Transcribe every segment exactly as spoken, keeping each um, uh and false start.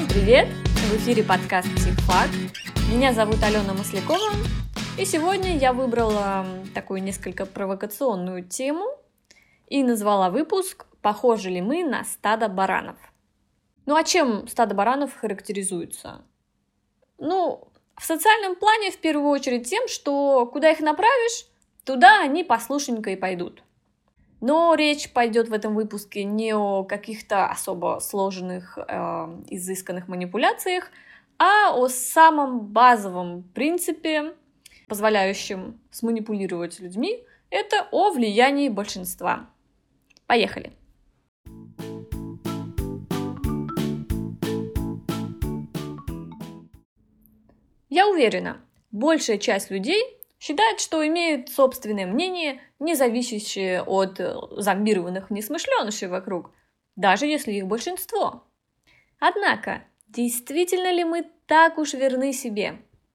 Привет! В эфире подкаст «Психфак». Меня зовут Алена Маслякова, и сегодня я выбрала такую несколько провокационную тему и назвала выпуск «Похожи ли мы на стадо баранов?». Ну а чем стадо баранов характеризуется? Ну, в социальном плане в первую очередь тем, что куда их направишь, туда они послушненько и пойдут. Но речь пойдет в этом выпуске не о каких-то особо сложных, э, изысканных манипуляциях, а о самом базовом принципе, позволяющем сманипулировать людьми, это о влиянии большинства. Поехали! Я уверена, большая часть людей считает, что имеет собственное мнение, не зависящее от зомбированных несмышленышей вокруг, даже если их большинство. Однако, действительно ли мы так уж верны себе?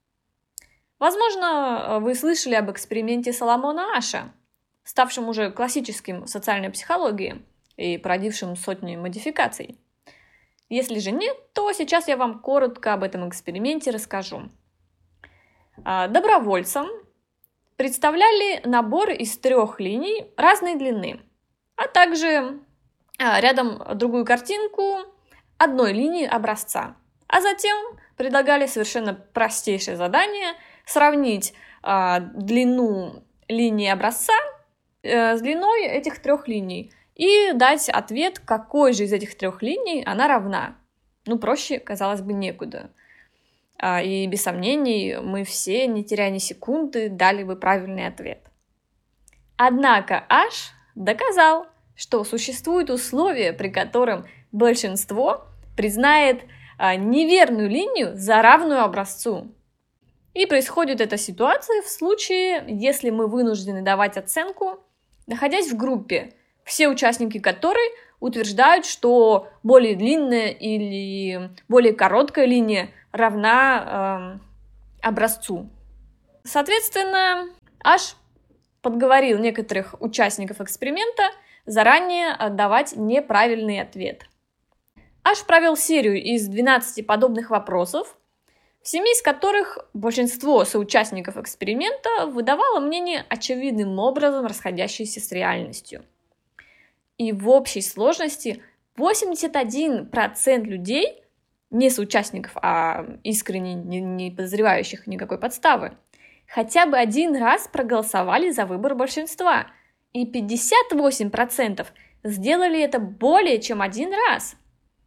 Возможно, вы слышали об эксперименте Соломона Аша, ставшем уже классическим в социальной психологии и породившим сотни модификаций. Если же нет, то сейчас я вам коротко об этом эксперименте расскажу. Добровольцам представляли набор из трех линий разной длины, а также рядом другую картинку одной линии образца. А затем предлагали совершенно простейшее задание сравнить а, длину линии образца а, с длиной этих трех линий и дать ответ, какой же из этих трех линий она равна. Ну, проще, казалось бы, некуда. И без сомнений мы все, не теряя ни секунды, дали бы правильный ответ. Однако Аш доказал, что существуют условия, при котором большинство признает неверную линию за равную образцу. И происходит эта ситуация в случае, если мы вынуждены давать оценку, находясь в группе, все участники которой утверждают, что более длинная или более короткая линия равна э, образцу. Соответственно, Аш подговорил некоторых участников эксперимента заранее давать неправильный ответ. Аш провел серию из двенадцати подобных вопросов, в семи из которых большинство соучастников эксперимента выдавало мнение очевидным образом расходящееся с реальностью. И в общей сложности восемьдесят один процент людей, не соучастников, а искренне не подозревающих никакой подставы, хотя бы один раз проголосовали за выбор большинства, и пятьдесят восемь процентов сделали это более чем один раз.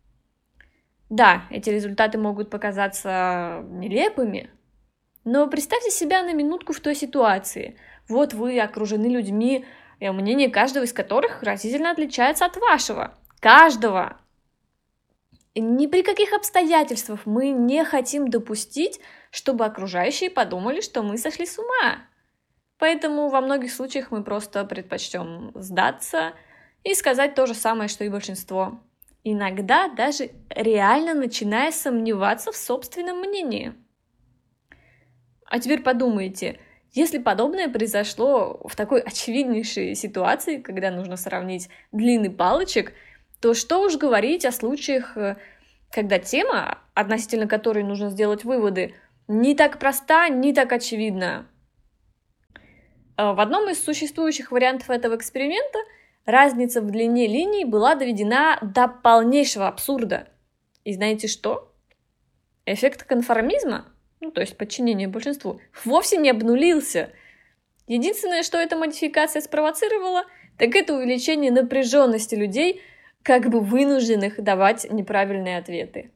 Да, эти результаты могут показаться нелепыми, но представьте себя на минутку в той ситуации. Вот вы окружены людьми, мнение каждого из которых разительно отличается от вашего. Каждого! И ни при каких обстоятельствах мы не хотим допустить, чтобы окружающие подумали, что мы сошли с ума. Поэтому во многих случаях мы просто предпочтем сдаться и сказать то же самое, что и большинство. Иногда даже реально начиная сомневаться в собственном мнении. А теперь подумайте, если подобное произошло в такой очевиднейшей ситуации, когда нужно сравнить длины палочек, то что уж говорить о случаях, когда тема, относительно которой нужно сделать выводы, не так проста, не так очевидна. В одном из существующих вариантов этого эксперимента разница в длине линий была доведена до полнейшего абсурда. И знаете что? Эффект конформизма, ну, то есть подчинение большинству, вовсе не обнулился. Единственное, что эта модификация спровоцировала, так это увеличение напряженности людей, как бы вынужденных давать неправильные ответы.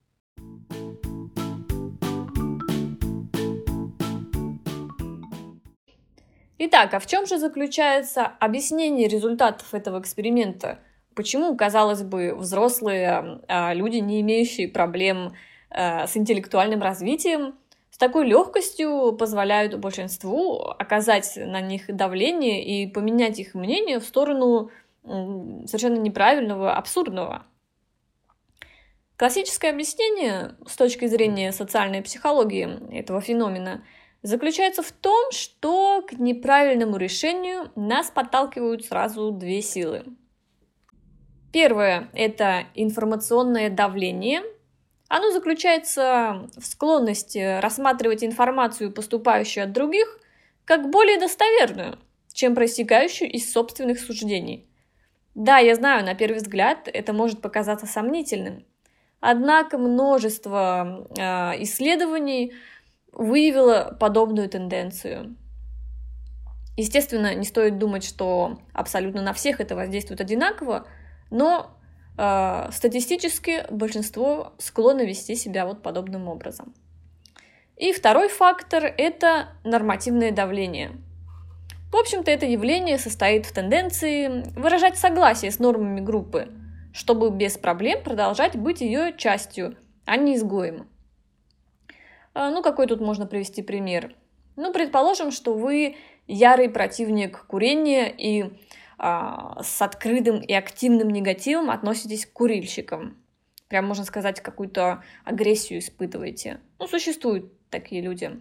Итак, а в чем же заключается объяснение результатов этого эксперимента? Почему, казалось бы, взрослые а, люди, не имеющие проблем а, с интеллектуальным развитием, с такой легкостью позволяют большинству оказать на них давление и поменять их мнение в сторону м, совершенно неправильного, абсурдного? Классическое объяснение с точки зрения социальной психологии этого феномена заключается в том, что к неправильному решению нас подталкивают сразу две силы. Первое – это информационное давление, Оно заключается в склонности рассматривать информацию, поступающую от других, как более достоверную, чем проистекающую из собственных суждений. Да, я знаю, на первый взгляд это может показаться сомнительным, однако множество э, исследований выявило подобную тенденцию. Естественно, не стоит думать, что абсолютно на всех это воздействует одинаково, но э, статистически большинство склонно вести себя вот подобным образом. И второй фактор – это нормативное давление. В общем-то, это явление состоит в тенденции выражать согласие с нормами группы, чтобы без проблем продолжать быть ее частью, а не изгоем. Ну, какой тут можно привести пример? Ну, предположим, что вы ярый противник курения и а, с открытым и активным негативом относитесь к курильщикам. Прям, можно сказать, какую-то агрессию испытываете. Ну, существуют такие люди.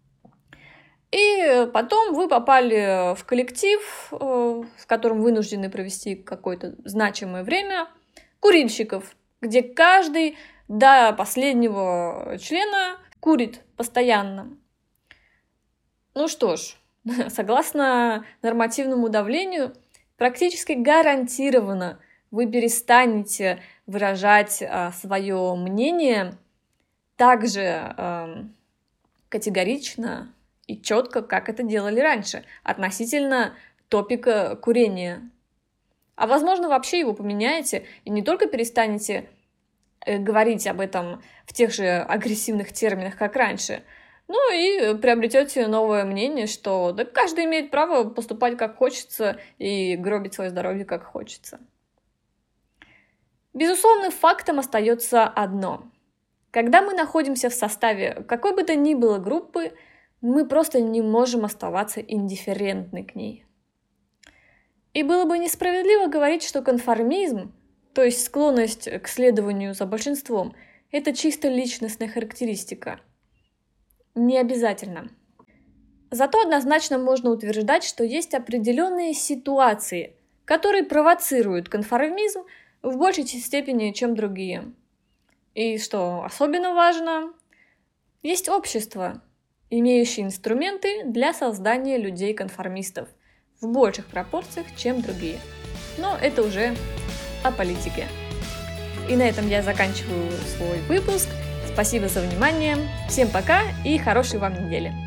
И потом вы попали в коллектив, в котором вынуждены провести какое-то значимое время, курильщиков, где каждый до последнего члена курит постоянно. Ну что ж, согласно нормативному давлению, практически гарантированно вы перестанете выражать а, свое мнение так же а, категорично и четко, как это делали раньше, относительно топика курения. А возможно, вообще его поменяете и не только перестанете э, говорить об этом в тех же агрессивных терминах, как раньше, ну и приобретете новое мнение, что да, каждый имеет право поступать как хочется и гробить свое здоровье как хочется. Безусловным фактом остается одно. Когда мы находимся в составе какой бы то ни было группы, мы просто не можем оставаться индифферентны к ней. И было бы несправедливо говорить, что конформизм, то есть склонность к следованию за большинством, это чисто личностная характеристика. Не обязательно. Зато однозначно можно утверждать, что есть определенные ситуации, которые провоцируют конформизм в большей степени, чем другие. И что особенно важно, есть общество, имеющие инструменты для создания людей-конформистов в больших пропорциях, чем другие. Но это уже о политике. И на этом я заканчиваю свой выпуск. Спасибо за внимание. Всем пока и хорошей вам недели.